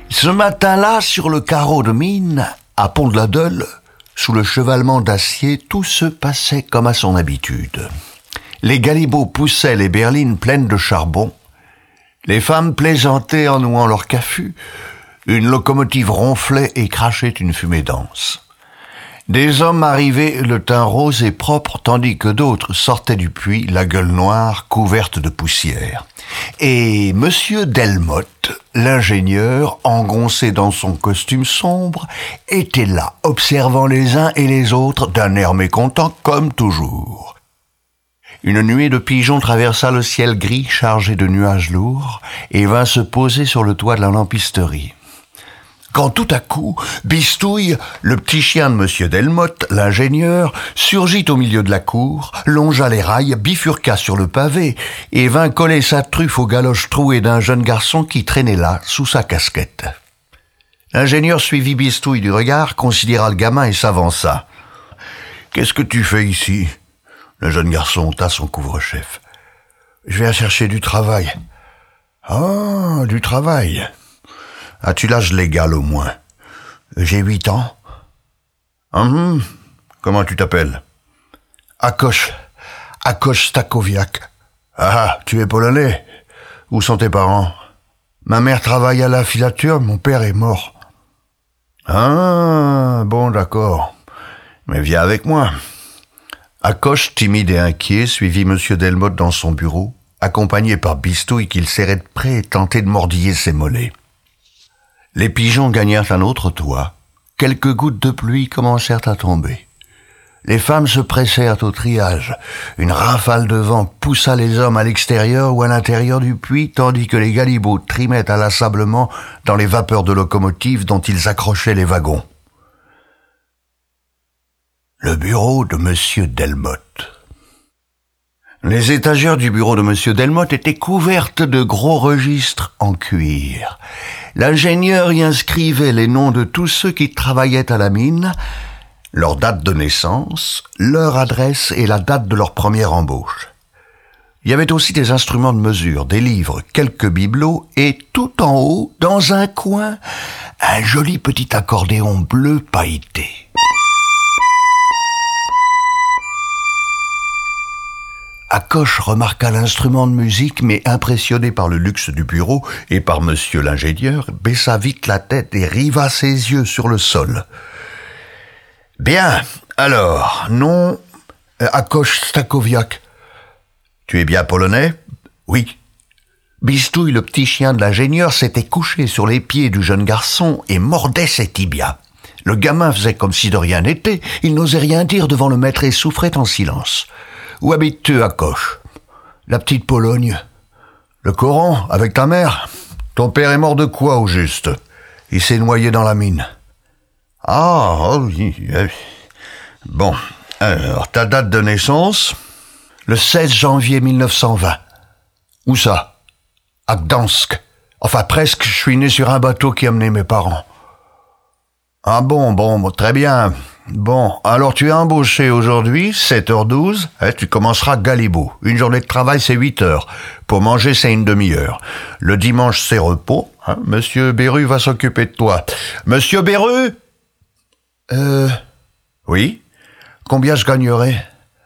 Ce matin-là, sur le carreau de mine, à Pont-de-la-Deule, sous le chevalement d'acier, tout se passait comme à son habitude. Les galibots poussaient les berlines pleines de charbon. Les femmes plaisantaient en nouant leur caffut. Une locomotive ronflait et crachait une fumée dense. Des hommes arrivaient le teint rose et propre, tandis que d'autres sortaient du puits, la gueule noire, couverte de poussière. Et Monsieur Delmotte, l'ingénieur, engoncé dans son costume sombre, était là, observant les uns et les autres d'un air mécontent comme toujours. Une nuée de pigeons traversa le ciel gris chargé de nuages lourds et vint se poser sur le toit de la lampisterie. Quand tout à coup, Bistouille, le petit chien de Monsieur Delmotte, l'ingénieur, surgit au milieu de la cour, longea les rails, bifurqua sur le pavé et vint coller sa truffe aux galoches trouées d'un jeune garçon qui traînait là, sous sa casquette. L'ingénieur suivit Bistouille du regard, considéra le gamin et s'avança. « Qu'est-ce que tu fais ici ?» Le jeune garçon ôta son couvre-chef. « Je viens chercher du travail. »« Ah, du travail. As-tu l'âge légal au moins ?»« J'ai 8 ans. »« Comment tu t'appelles ?»« Akosh Stakowiak. »« Ah, tu es polonais. Où sont tes parents ?»« Ma mère travaille à la filature, mon père est mort. »« Ah, bon, d'accord. Mais viens avec moi. » Akosh, timide et inquiet, suivit Monsieur Delmotte dans son bureau, accompagné par Bistouille qu'il serrait de près et tentait de mordiller ses mollets. Les pigeons gagnèrent un autre toit. Quelques gouttes de pluie commencèrent à tomber. Les femmes se pressèrent au triage. Une rafale de vent poussa les hommes à l'extérieur ou à l'intérieur du puits, tandis que les galibots trimaient inlassablement dans les vapeurs de locomotives dont ils accrochaient les wagons. Le bureau de Monsieur Delmotte. Les étagères du bureau de Monsieur Delmotte étaient couvertes de gros registres en cuir. L'ingénieur y inscrivait les noms de tous ceux qui travaillaient à la mine, leur date de naissance, leur adresse et la date de leur première embauche. Il y avait aussi des instruments de mesure, des livres, quelques bibelots et tout en haut, dans un coin, un joli petit accordéon bleu pailleté. Akosh remarqua l'instrument de musique, mais impressionné par le luxe du bureau et par monsieur l'ingénieur, baissa vite la tête et riva ses yeux sur le sol. « Bien, alors, nom Akosh Stakowiak. Tu es bien polonais ?»« Oui. » Bistouille, le petit chien de l'ingénieur, s'était couché sur les pieds du jeune garçon et mordait ses tibias. Le gamin faisait comme si de rien n'était, il n'osait rien dire devant le maître et souffrait en silence. Où habites-tu, Akosh ? La petite Pologne. Le Coran, avec ta mère ? Ton père est mort de quoi, au juste ? Il s'est noyé dans la mine. Ah, oui. Bon, alors, ta date de naissance ? Le 16 janvier 1920. Où ça ? À Gdansk. Enfin, presque, je suis né sur un bateau qui amenait mes parents. Ah bon, très bien. Bon, alors tu es embauché aujourd'hui, 7h12, tu commenceras galibot. Une journée de travail, c'est 8h. Pour manger, c'est une demi-heure. Le dimanche, c'est repos. Monsieur Beru va s'occuper de toi. Monsieur Beru ? Oui ? Combien je gagnerai ?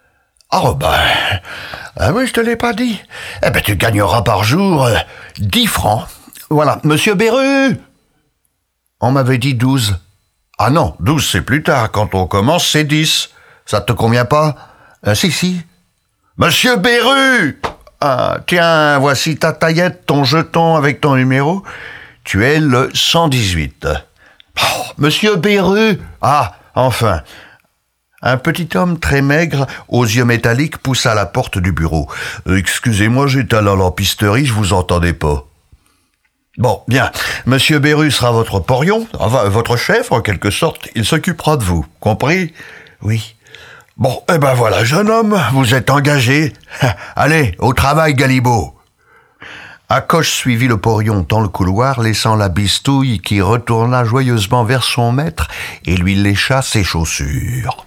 Oui, je te l'ai pas dit. Tu gagneras par jour 10 francs. Voilà, Monsieur Beru ! On m'avait dit 12. Ah non, 12 c'est plus tard, quand on commence c'est 10. Ça te convient pas ? Si. Monsieur Beru ! Ah, tiens, voici ta taillette, ton jeton avec ton numéro. Tu es le 118. Oh, Monsieur Beru ! Ah, enfin. Un petit homme très maigre, aux yeux métalliques, poussa la porte du bureau. Excusez-moi, j'étais à la lampisterie, je vous entendais pas. Bon, bien. Monsieur Beru sera votre porion, enfin, votre chef, en quelque sorte. Il s'occupera de vous. Compris ? Oui. Bon, voilà, jeune homme, vous êtes engagé. Allez, au travail, galibot. Akosh suivit le porion dans le couloir, laissant la Bistouille qui retourna joyeusement vers son maître et lui lécha ses chaussures.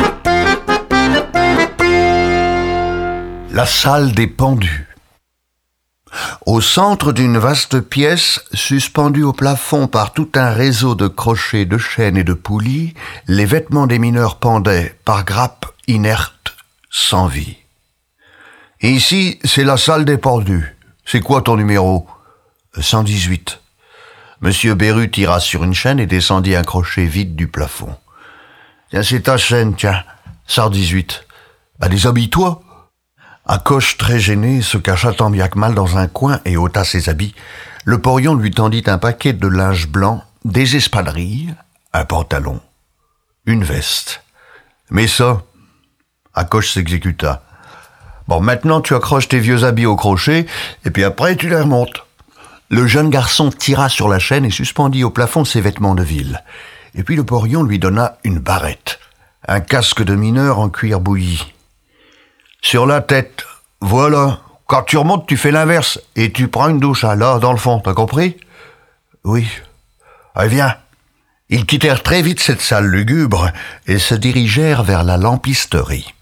La salle des pendus. Au centre d'une vaste pièce, suspendue au plafond par tout un réseau de crochets, de chaînes et de poulies, les vêtements des mineurs pendaient par grappes inertes, sans vie. Et ici, c'est la salle des pendus. C'est quoi ton numéro ? 118. Monsieur Beru tira sur une chaîne et descendit un crochet vide du plafond. Tiens, c'est ta chaîne, tiens. 118. Déshabille-toi. Acoche, très gêné, se cacha tant bien que mal dans un coin et ôta ses habits. Le porion lui tendit un paquet de linge blanc, des espadrilles, un pantalon, une veste. Mais ça, Acoche s'exécuta. Bon, maintenant tu accroches tes vieux habits au crochet, et puis après tu les remontes. Le jeune garçon tira sur la chaîne et suspendit au plafond ses vêtements de ville. Et puis le porion lui donna une barrette, un casque de mineur en cuir bouilli. Sur la tête, voilà. Quand tu remontes, tu fais l'inverse, et tu prends une douche, là, dans le fond, t'as compris ? Oui. Allez, viens. Ils quittèrent très vite cette salle lugubre et se dirigèrent vers la lampisterie.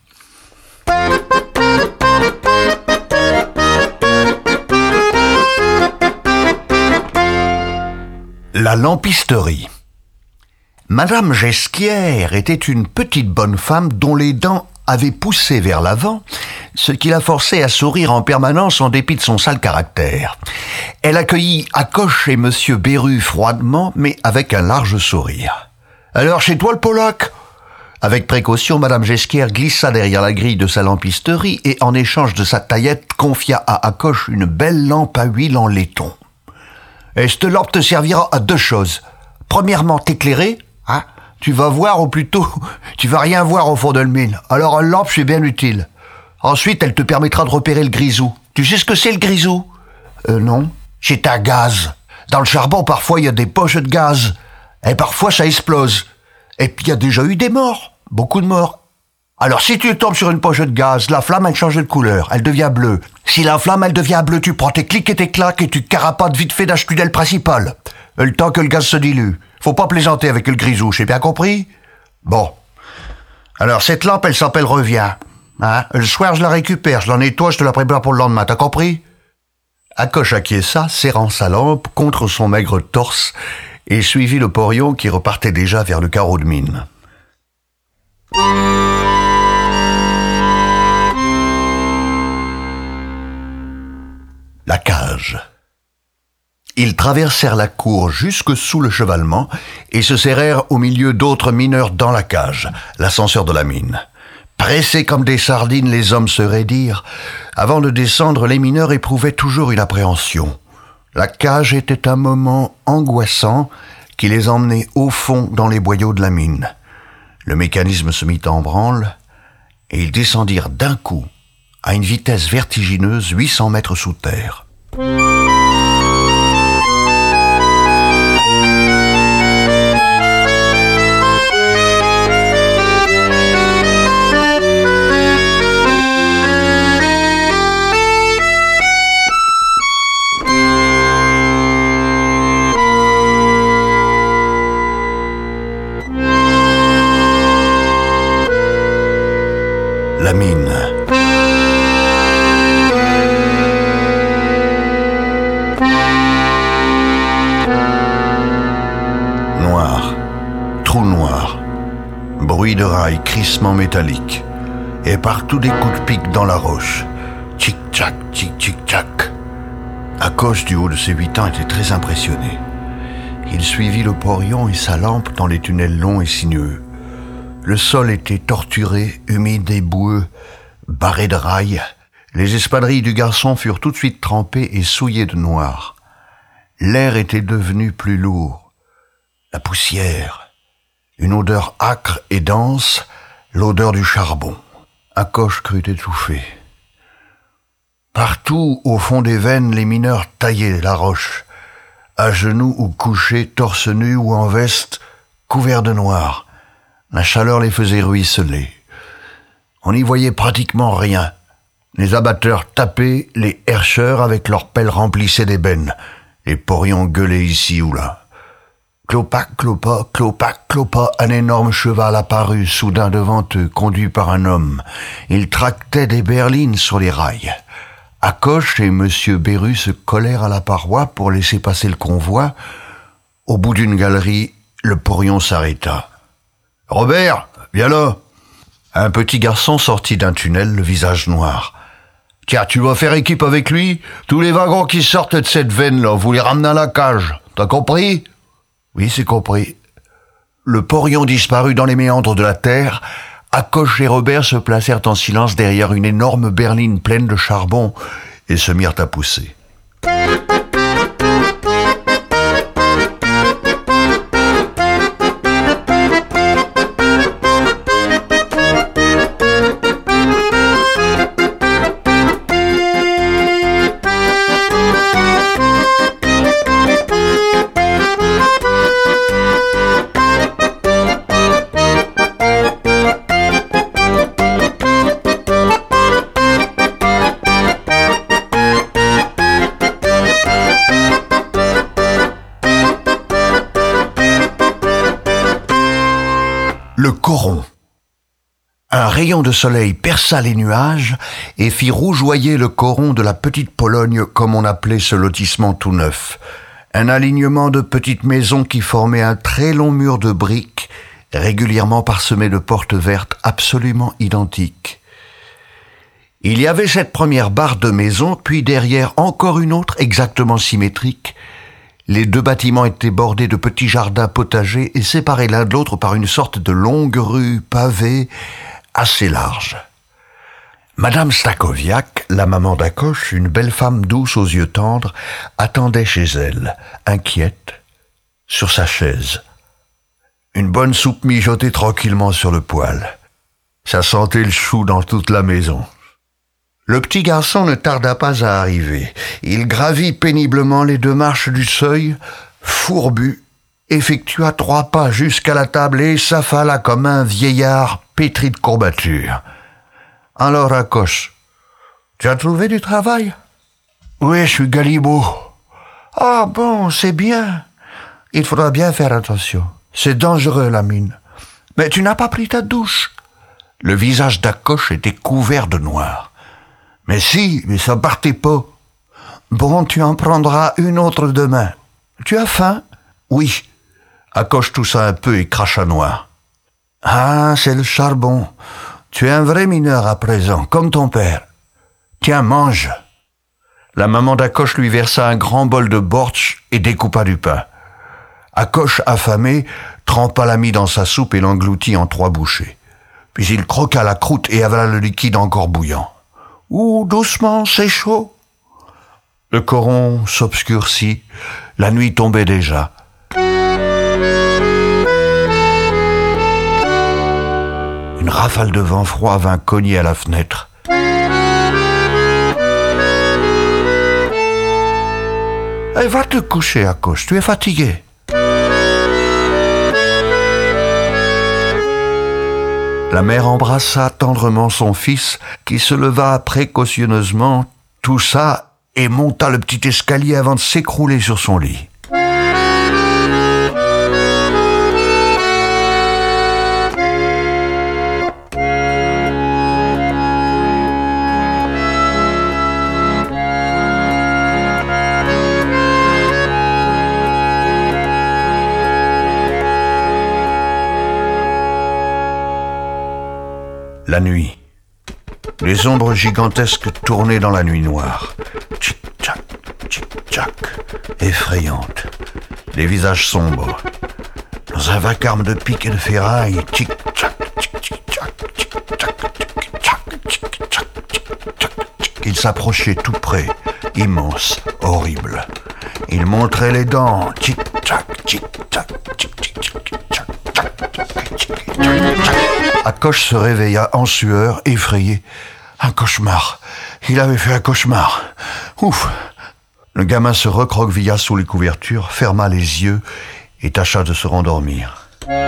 La lampisterie. Madame Ghesquière était une petite bonne femme dont les dents avaient poussé vers l'avant, ce qui la forçait à sourire en permanence en dépit de son sale caractère. Elle accueillit Acoche et Monsieur Beru froidement, mais avec un large sourire. « Alors, chez toi le Polac ?» Avec précaution, Madame Ghesquière glissa derrière la grille de sa lampisterie et, en échange de sa taillette, confia à Acoche une belle lampe à huile en laiton. « Et cette lampe te servira à deux choses. Premièrement, t'éclairer, hein ? Tu vas voir, ou plutôt, tu vas rien voir au fond de la mine. Alors une lampe, c'est bien utile. Ensuite, elle te permettra de repérer le grisou. Tu sais ce que c'est le grisou ? Non. C'est un gaz. Dans le charbon, parfois, il y a des poches de gaz. Et parfois, ça explose. Et puis, il y a déjà eu des morts. Beaucoup de morts. Alors, si tu tombes sur une poche de gaz, la flamme, elle change de couleur. Elle devient bleue. Si la flamme, elle devient bleue, tu prends tes clics et tes claques et tu carapates vite fait d'un tunnel principal. Le temps que le gaz se dilue. Faut pas plaisanter avec le grisou, j'ai bien compris ? Bon. Alors, cette lampe, elle s'appelle Revient. Hein ? Le soir, je la récupère, je la nettoie, je te la prépare pour le lendemain, t'as compris ? Acoche acquiesça, serrant sa lampe contre son maigre torse, et suivit le porion qui repartait déjà vers le carreau de mine. La cage. Ils traversèrent la cour jusque sous le chevalement et se serrèrent au milieu d'autres mineurs dans la cage, l'ascenseur de la mine. Pressés comme des sardines, les hommes se raidirent. Avant de descendre, les mineurs éprouvaient toujours une appréhension. La cage était un moment angoissant qui les emmenait au fond dans les boyaux de la mine. Le mécanisme se mit en branle et ils descendirent d'un coup, à une vitesse vertigineuse, 800 mètres sous terre. La mine. Noir, trou noir, bruit de rails, crissement métallique, et partout des coups de pic dans la roche. Tic-tac, tic-tic-tac. Acoche, du haut de ses 8 ans, était très impressionné. Il suivit le porion et sa lampe dans les tunnels longs et sinueux. Le sol était torturé, humide et boueux, barré de rails. Les espadrilles du garçon furent tout de suite trempées et souillées de noir. L'air était devenu plus lourd. La poussière, une odeur âcre et dense, l'odeur du charbon. Acoche crut étouffer. Partout, au fond des veines, les mineurs taillaient la roche. À genoux ou couchés, torse nu ou en veste, couverts de noir. La chaleur les faisait ruisseler. On n'y voyait pratiquement rien. Les abatteurs tapaient, les herscheurs avec leurs pelles remplissaient d'ébène. Les porions gueulaient ici ou là. Clopac, clopa, clopac, clopa, un énorme cheval apparut soudain devant eux, conduit par un homme. Il tractait des berlines sur les rails. Acoche et M. Beru se collèrent à la paroi pour laisser passer le convoi. Au bout d'une galerie, le porion s'arrêta. « Robert, viens là !» Un petit garçon sortit d'un tunnel, le visage noir. « Tiens, tu vas faire équipe avec lui? Tous les wagons qui sortent de cette veine-là, vous les ramenez à la cage. T'as compris ?» « Oui, c'est compris. » Le porion disparut dans les méandres de la terre. Acoche et Robert se placèrent en silence derrière une énorme berline pleine de charbon et se mirent à pousser. Le coron. Un rayon de soleil perça les nuages et fit rougeoyer le coron de la petite Pologne, comme on appelait ce lotissement tout neuf. Un alignement de petites maisons qui formaient un très long mur de briques, régulièrement parsemé de portes vertes absolument identiques. Il y avait cette première barre de maisons, puis derrière encore une autre exactement symétrique. Les deux bâtiments étaient bordés de petits jardins potagers et séparés l'un de l'autre par une sorte de longue rue pavée assez large. Madame Stachowiak, la maman d'Acoche, une belle femme douce aux yeux tendres, attendait chez elle, inquiète, sur sa chaise. Une bonne soupe mijotée tranquillement sur le poêle. Ça sentait le chou dans toute la maison. Le petit garçon ne tarda pas à arriver. Il gravit péniblement les 2 marches du seuil, fourbu, effectua 3 pas jusqu'à la table et s'affala comme un vieillard pétri de courbatures. « Alors, Acoche, tu as trouvé du travail ?»« Oui, je suis galibot. »« Ah bon, c'est bien. Il faudra bien faire attention. C'est dangereux, la mine. Mais tu n'as pas pris ta douche. » Le visage d'Acoche était couvert de noir. « Mais si, mais ça partait pas. »« Bon, tu en prendras une autre demain. Tu as faim ?»« Oui. » Acoche toussa un peu et cracha noir. « Ah, c'est le charbon. Tu es un vrai mineur à présent, comme ton père. Tiens, mange. » La maman d'Acoche lui versa un grand bol de bortsch et découpa du pain. Acoche, affamé, trempa la mie dans sa soupe et l'engloutit en 3 bouchées. Puis il croqua la croûte et avala le liquide encore bouillant. « Ouh, doucement, c'est chaud. » Le coron s'obscurcit, la nuit tombait déjà. Une rafale de vent froid vint cogner à la fenêtre. « Va te coucher, Acoche, tu es fatigué. » La mère embrassa tendrement son fils, qui se leva précautionneusement, toussa et monta le petit escalier avant de s'écrouler sur son lit. La nuit. Les ombres gigantesques tournaient dans la nuit noire. Tchic-tchac, tchic-tchac, effrayantes. Les visages sombres. Dans un vacarme de piques et de ferraille, tchic-tchac, tchic-tchac, tchic-tchac, tchic-tchac, tchic-tchac, tchic-tchac. Il s'approchait tout près, immense, horrible. Il montrait les dents, tic-tac, tic-tac, tic-tic-tic-tac, tic-tac. Acoche se réveilla en sueur, effrayé. Un cauchemar. Il avait fait un cauchemar. Ouf. Le gamin se recroquevilla sous les couvertures, ferma les yeux et tâcha de se rendormir.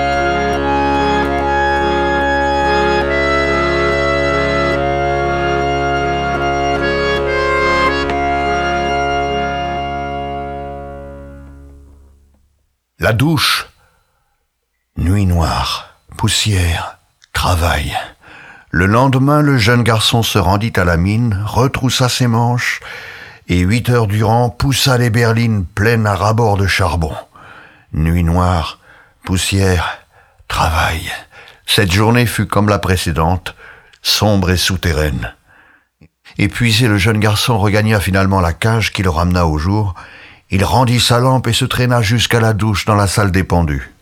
La douche. Nuit noire, poussière, travail. Le lendemain, le jeune garçon se rendit à la mine, retroussa ses manches, et 8 heures durant poussa les berlines pleines à ras-bord de charbon. Nuit noire, poussière, travail. Cette journée fut comme la précédente, sombre et souterraine. Épuisé, le jeune garçon regagna finalement la cage qui le ramena au jour. Il rendit sa lampe et se traîna jusqu'à la douche dans la salle des pendus.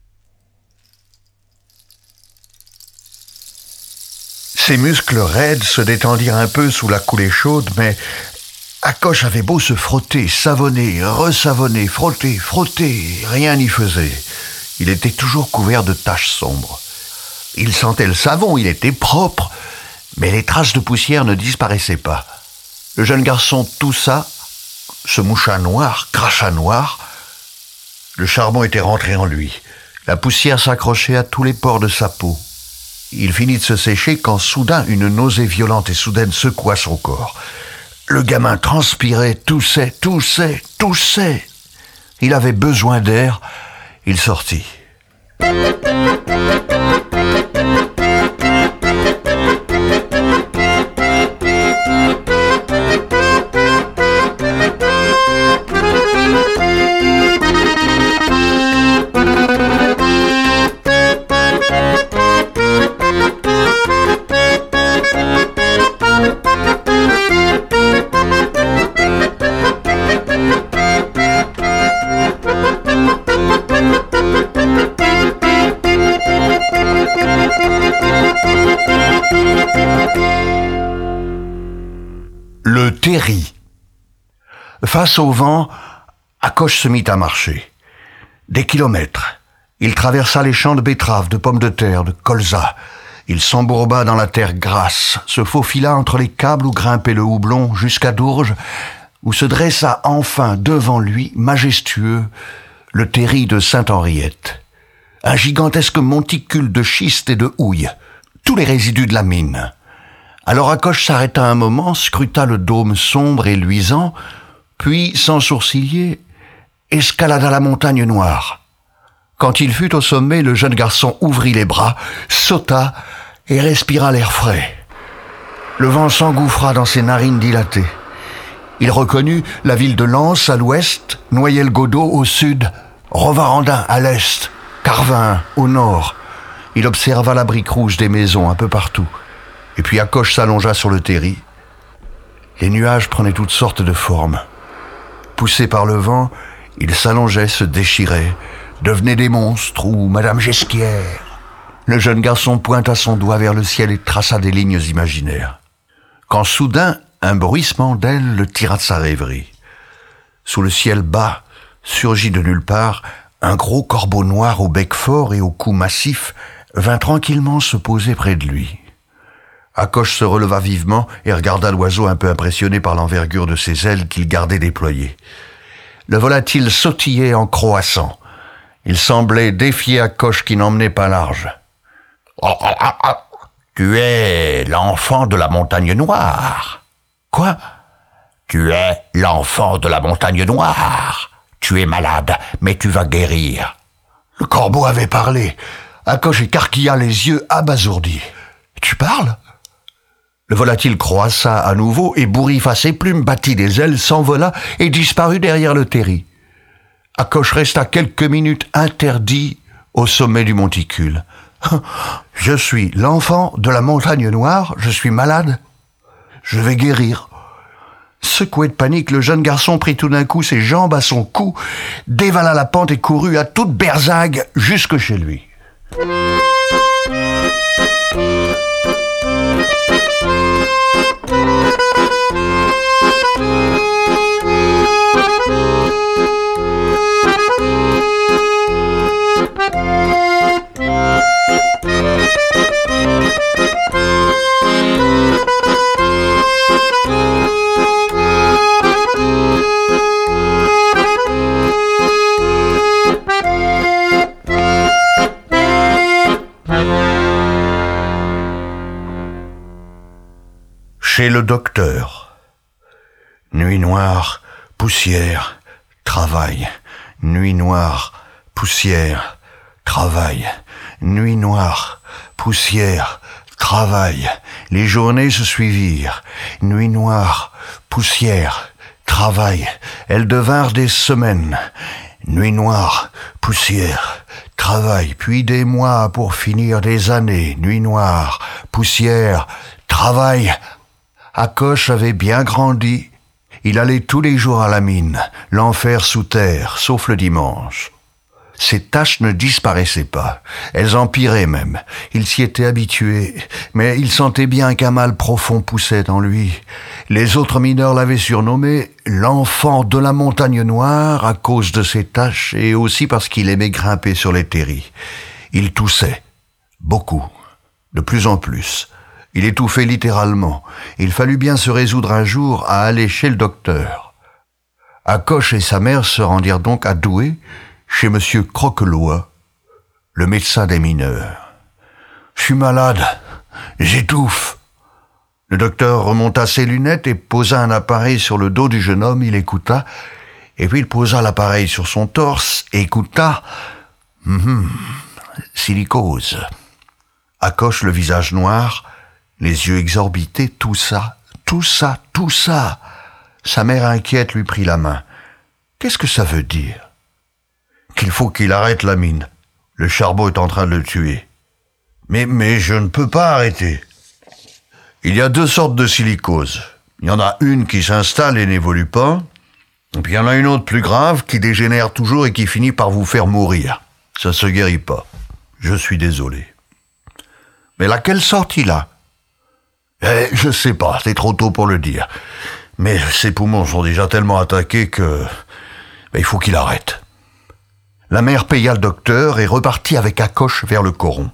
Ses muscles raides se détendirent un peu sous la coulée chaude, mais Hacoche avait beau se frotter, savonner, ressavonner, frotter, rien n'y faisait. Il était toujours couvert de taches sombres. Il sentait le savon, il était propre, mais les traces de poussière ne disparaissaient pas. Le jeune garçon toussa, se moucha noir, cracha noir. Le charbon était rentré en lui. La poussière s'accrochait à tous les pores de sa peau. Il finit de se sécher quand soudain une nausée violente et soudaine secoua son corps. Le gamin transpirait, toussait. Il avait besoin d'air. Il sortit. Le terri. Face au vent, Hacoche se mit à marcher. Des kilomètres. Il traversa les champs de betteraves, de pommes de terre, de colza. Il s'embourba dans la terre grasse, se faufila entre les câbles où grimpait le houblon jusqu'à Dourges, où se dressa enfin devant lui, majestueux, le terri de Sainte-Henriette. Un gigantesque monticule de schiste et de houille, tous les résidus de la mine. Alors Hacoche s'arrêta un moment, scruta le dôme sombre et luisant, puis, sans sourciller, escalada la montagne noire. Quand il fut au sommet, le jeune garçon ouvrit les bras, sauta et respira l'air frais. Le vent s'engouffra dans ses narines dilatées. Il reconnut la ville de Lens à l'ouest, Noyelles-Godault au sud, Rovarandin à l'est, Carvin au nord. Il observa la brique rouge des maisons un peu partout. Et puis Hacoche s'allongea sur le terri. Les nuages prenaient toutes sortes de formes. Poussés par le vent, ils s'allongeaient, se déchiraient, devenaient des monstres ou Madame Gesquière. Le jeune garçon pointa son doigt vers le ciel et traça des lignes imaginaires. Quand soudain, un bruissement d'ailes le tira de sa rêverie. Sous le ciel bas, surgit de nulle part, un gros corbeau noir au bec fort et au cou massif vint tranquillement se poser près de lui. Hacoche se releva vivement et regarda l'oiseau un peu impressionné par l'envergure de ses ailes qu'il gardait déployées. Le volatile sautillait en croassant. Il semblait défier Hacoche qui n'emmenait pas large. « Tu es l'enfant de la montagne noire. »« Quoi ? » ?»« Tu es l'enfant de la montagne noire. Tu es malade, mais tu vas guérir. » Le corbeau avait parlé. Hacoche écarquilla les yeux abasourdi. « Tu parles ?» Le volatile croissa à nouveau et bourrifa ses plumes, battit des ailes, s'envola et disparut derrière le terri. Hacoche resta quelques minutes interdit au sommet du monticule. « Je suis l'enfant de la montagne noire, je suis malade, je vais guérir. » Secoué de panique, le jeune garçon prit tout d'un coup ses jambes à son cou, dévala la pente et courut à toute berzingue jusque chez lui. Chez le docteur. Nuit noire, poussière, travail. Nuit noire, poussière, travail. Nuit noire, poussière, travail. Les journées se suivirent. Nuit noire, poussière, travail. Elles devinrent des semaines. Nuit noire, poussière, travail. Puis des mois pour finir des années. Nuit noire, poussière, travail. Hacoche avait bien grandi. Il allait tous les jours à la mine, l'enfer sous terre, sauf le dimanche. Ses tâches ne disparaissaient pas, elles empiraient même. Il s'y était habitué, mais il sentait bien qu'un mal profond poussait en lui. Les autres mineurs l'avaient surnommé l'enfant de la montagne noire à cause de ses tâches et aussi parce qu'il aimait grimper sur les terris. Il toussait, beaucoup, de plus en plus. Il étouffait littéralement. Il fallut bien se résoudre un jour à aller chez le docteur. Hacoche et sa mère se rendirent donc à Douai, chez Monsieur Croquelois, le médecin des mineurs. « Je suis malade, j'étouffe. » Le docteur remonta ses lunettes et posa un appareil sur le dos du jeune homme. Il écouta, et puis il posa l'appareil sur son torse et écouta. Silicose. Hacoche, le visage noir, les yeux exorbités, tout ça. Sa mère inquiète lui prit la main. Qu'est-ce que ça veut dire? Qu'il faut qu'il arrête la mine. Le charbon est en train de le tuer. Mais je ne peux pas arrêter. Il y a 2 sortes de silicose. Il y en a une qui s'installe et n'évolue pas. Et puis il y en a une autre plus grave qui dégénère toujours et qui finit par vous faire mourir. Ça se guérit pas. Je suis désolé. Mais laquelle sorte il a? Je sais pas, c'est trop tôt pour le dire. Mais ses poumons sont déjà tellement attaqués que... il faut qu'il arrête. La mère paya le docteur et repartit avec Hacoche vers le coron.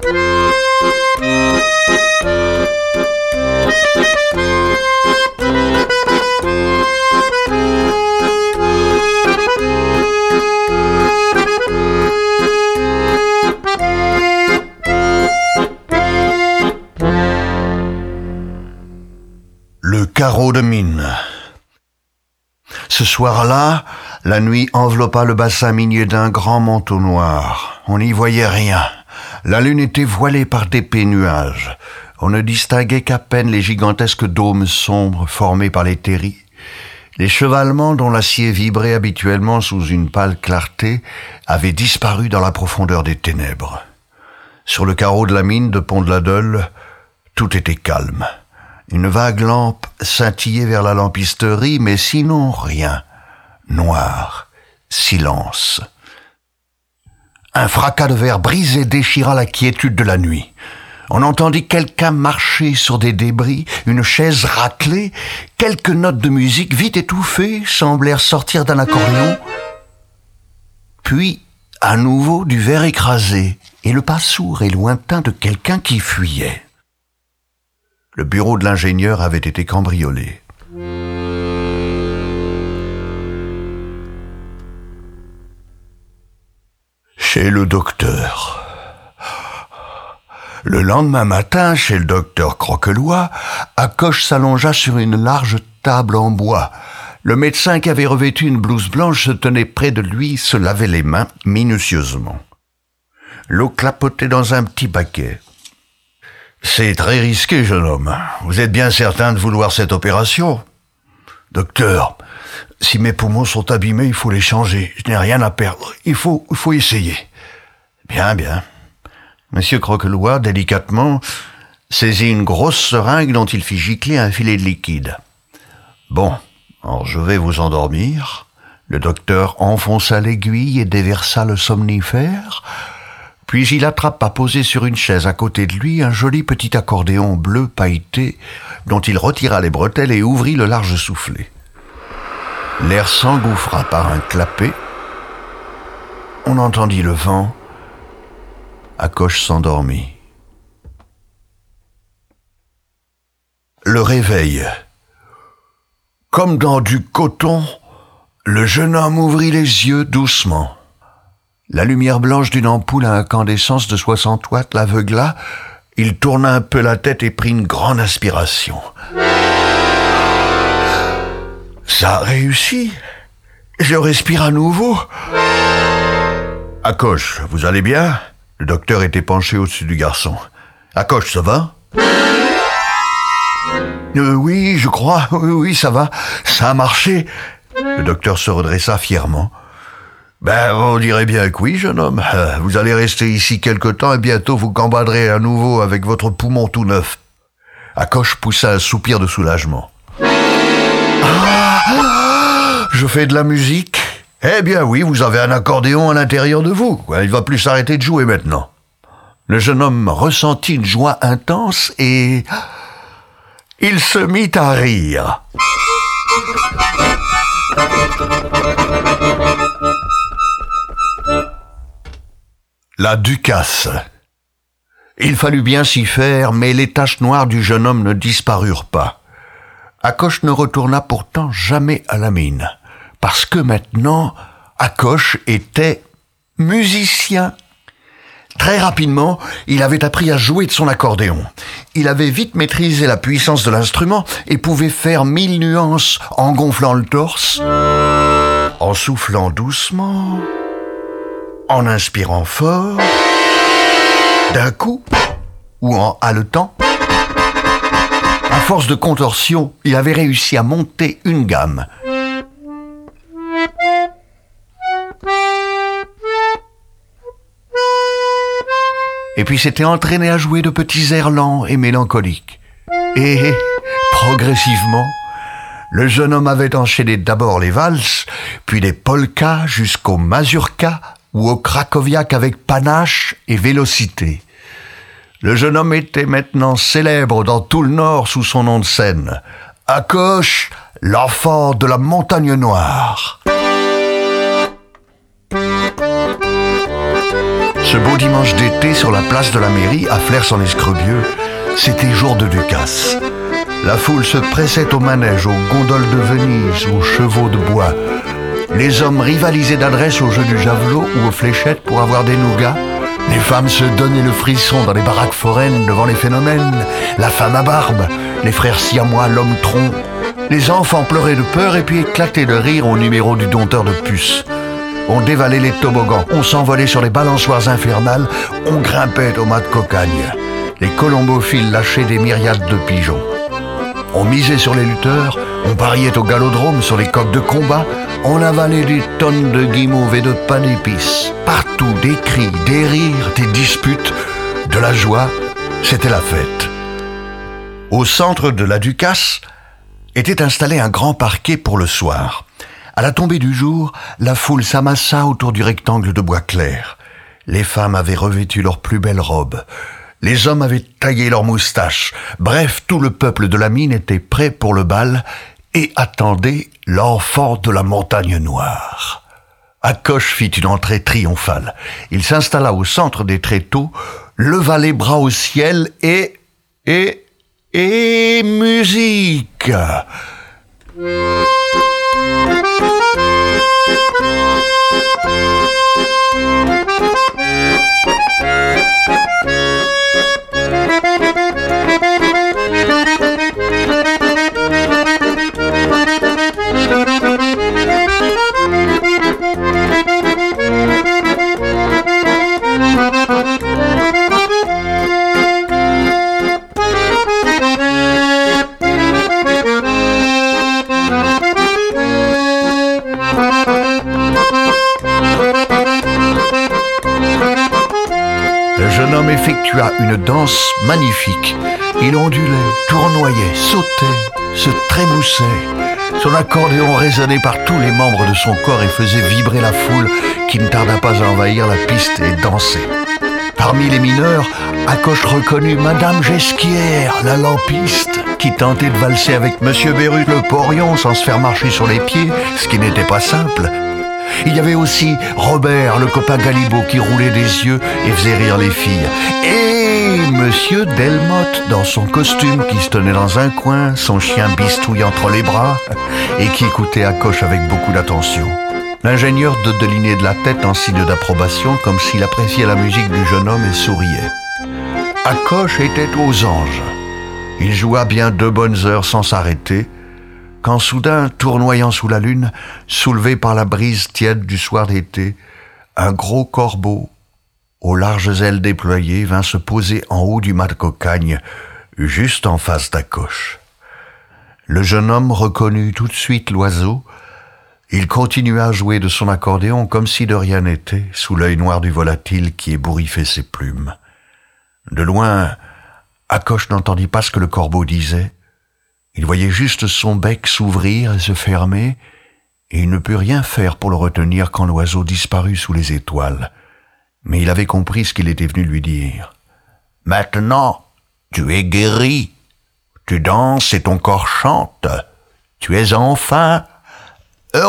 Le carreau de mine. Ce soir-là, la nuit enveloppa le bassin minier d'un grand manteau noir. On n'y voyait rien. La lune était voilée par d'épais nuages. On ne distinguait qu'à peine les gigantesques dômes sombres formés par les terris. Les chevalements dont l'acier vibrait habituellement sous une pâle clarté avaient disparu dans la profondeur des ténèbres. Sur le carreau de la mine de Pont-de-la-Dole, tout était calme. Une vague lampe scintillait vers la lampisterie, mais sinon rien. Noir, silence. Un fracas de verre brisé déchira la quiétude de la nuit. On entendit quelqu'un marcher sur des débris, une chaise racler, quelques notes de musique vite étouffées semblèrent sortir d'un accordéon. Puis, à nouveau, du verre écrasé et le pas sourd et lointain de quelqu'un qui fuyait. Le bureau de l'ingénieur avait été cambriolé. Chez le docteur. Le lendemain matin, chez le docteur Croquelois, Hacoche s'allongea sur une large table en bois. Le médecin qui avait revêtu une blouse blanche se tenait près de lui, se lavait les mains minutieusement. L'eau clapotait dans un petit baquet. « C'est très risqué, jeune homme. Vous êtes bien certain de vouloir cette opération ? » ?»« Docteur, si mes poumons sont abîmés, il faut les changer. Je n'ai rien à perdre. Il faut essayer. » »« Bien. » Monsieur Croquelois, délicatement, saisit une grosse seringue dont il fit gicler un filet de liquide. « Bon, alors je vais vous endormir. » Le docteur enfonça l'aiguille et déversa le somnifère. Puis il attrapa posé sur une chaise à côté de lui un joli petit accordéon bleu pailleté dont il retira les bretelles et ouvrit le large soufflet. L'air s'engouffra par un clapet. On entendit le vent. Hacoche s'endormit. Le réveil. Comme dans du coton, le jeune homme ouvrit les yeux doucement. La lumière blanche d'une ampoule à incandescence de 60 watts l'aveugla. Il tourna un peu la tête et prit une grande inspiration. Ça a réussi. Je respire à nouveau. Hacoche, vous allez bien ? Le docteur était penché au-dessus du garçon. Hacoche, ça va ? Oui, je crois, oui, ça va, ça a marché. Le docteur se redressa fièrement. On dirait bien que oui, jeune homme. Vous allez rester ici quelque temps et bientôt vous gambaderez à nouveau avec votre poumon tout neuf. Hacoche poussa un soupir de soulagement. Ah, je fais de la musique. Eh bien oui, vous avez un accordéon à l'intérieur de vous. Il va plus s'arrêter de jouer maintenant. Le jeune homme ressentit une joie intense et il se mit à rire. La Ducasse. Il fallut bien s'y faire, mais les taches noires du jeune homme ne disparurent pas. Hacoche ne retourna pourtant jamais à la mine, parce que maintenant, Hacoche était musicien. Très rapidement, il avait appris à jouer de son accordéon. Il avait vite maîtrisé la puissance de l'instrument et pouvait faire 1000 nuances en gonflant le torse, en soufflant doucement, en inspirant fort, d'un coup, ou en haletant. À force de contorsion, il avait réussi à monter une gamme. Et puis s'était entraîné à jouer de petits airs lents et mélancoliques. Et, progressivement, le jeune homme avait enchaîné d'abord les valses, puis les polkas jusqu'au mazurka ou au krakowiak avec panache et vélocité. Le jeune homme était maintenant célèbre dans tout le Nord sous son nom de scène. Hacoche, l'enfant de la Montagne Noire. Ce beau dimanche d'été sur la place de la mairie à Flers-en-Escrebieux, c'était jour de Ducasse. La foule se pressait au manège, aux gondoles de Venise, aux chevaux de bois. Les hommes rivalisaient d'adresse au jeu du javelot ou aux fléchettes pour avoir des nougats. Les femmes se donnaient le frisson dans les baraques foraines devant les phénomènes. La femme à barbe, les frères siamois, l'homme tronc. Les enfants pleuraient de peur et puis éclataient de rire au numéro du dompteur de puces. On dévalait les toboggans, on s'envolait sur les balançoires infernales, on grimpait au mât de cocagne. Les colombophiles lâchaient des myriades de pigeons. On misait sur les lutteurs, on pariait au galodrome sur les coqs de combat, on avalait des tonnes de guimauves et de pain d'épices. Partout, des cris, des rires, des disputes, de la joie, c'était la fête. Au centre de la Ducasse était installé un grand parquet pour le soir. À la tombée du jour, la foule s'amassa autour du rectangle de bois clair. Les femmes avaient revêtu leurs plus belles robes. Les hommes avaient taillé leurs moustaches. Bref, tout le peuple de la mine était prêt pour le bal et attendait l'enfant de la Montagne Noire. Hacoche fit une entrée triomphale. Il s'installa au centre des tréteaux, leva les bras au ciel et musique! Le jeune homme effectua une danse magnifique. Il ondulait, tournoyait, sautait, se trémoussait. Son accordéon résonnait par tous les membres de son corps et faisait vibrer la foule qui ne tarda pas à envahir la piste et danser. Parmi les mineurs, Hacoche reconnut Madame Gesquière, la lampiste, qui tentait de valser avec Monsieur Bérut le porion sans se faire marcher sur les pieds, ce qui n'était pas simple. Il y avait aussi Robert, le copain Galibo, qui roulait des yeux et faisait rire les filles. Et Monsieur Delmotte, dans son costume, qui se tenait dans un coin, son chien bistouille entre les bras, et qui écoutait Hacoche avec beaucoup d'attention. L'ingénieur dodelinait de la tête en signe d'approbation, comme s'il appréciait la musique du jeune homme et souriait. Hacoche était aux anges. Il joua bien 2 bonnes heures sans s'arrêter, quand soudain, tournoyant sous la lune, soulevé par la brise tiède du soir d'été, un gros corbeau, aux larges ailes déployées, vint se poser en haut du mât de cocagne, juste en face d'Acoche. Le jeune homme reconnut tout de suite l'oiseau. Il continua à jouer de son accordéon comme si de rien n'était, sous l'œil noir du volatile qui ébouriffait ses plumes. De loin, Acoche n'entendit pas ce que le corbeau disait. Il voyait juste son bec s'ouvrir et se fermer, et il ne put rien faire pour le retenir quand l'oiseau disparut sous les étoiles. Mais il avait compris ce qu'il était venu lui dire. « Maintenant, tu es guéri. Tu danses et ton corps chante. Tu es enfin heureux. »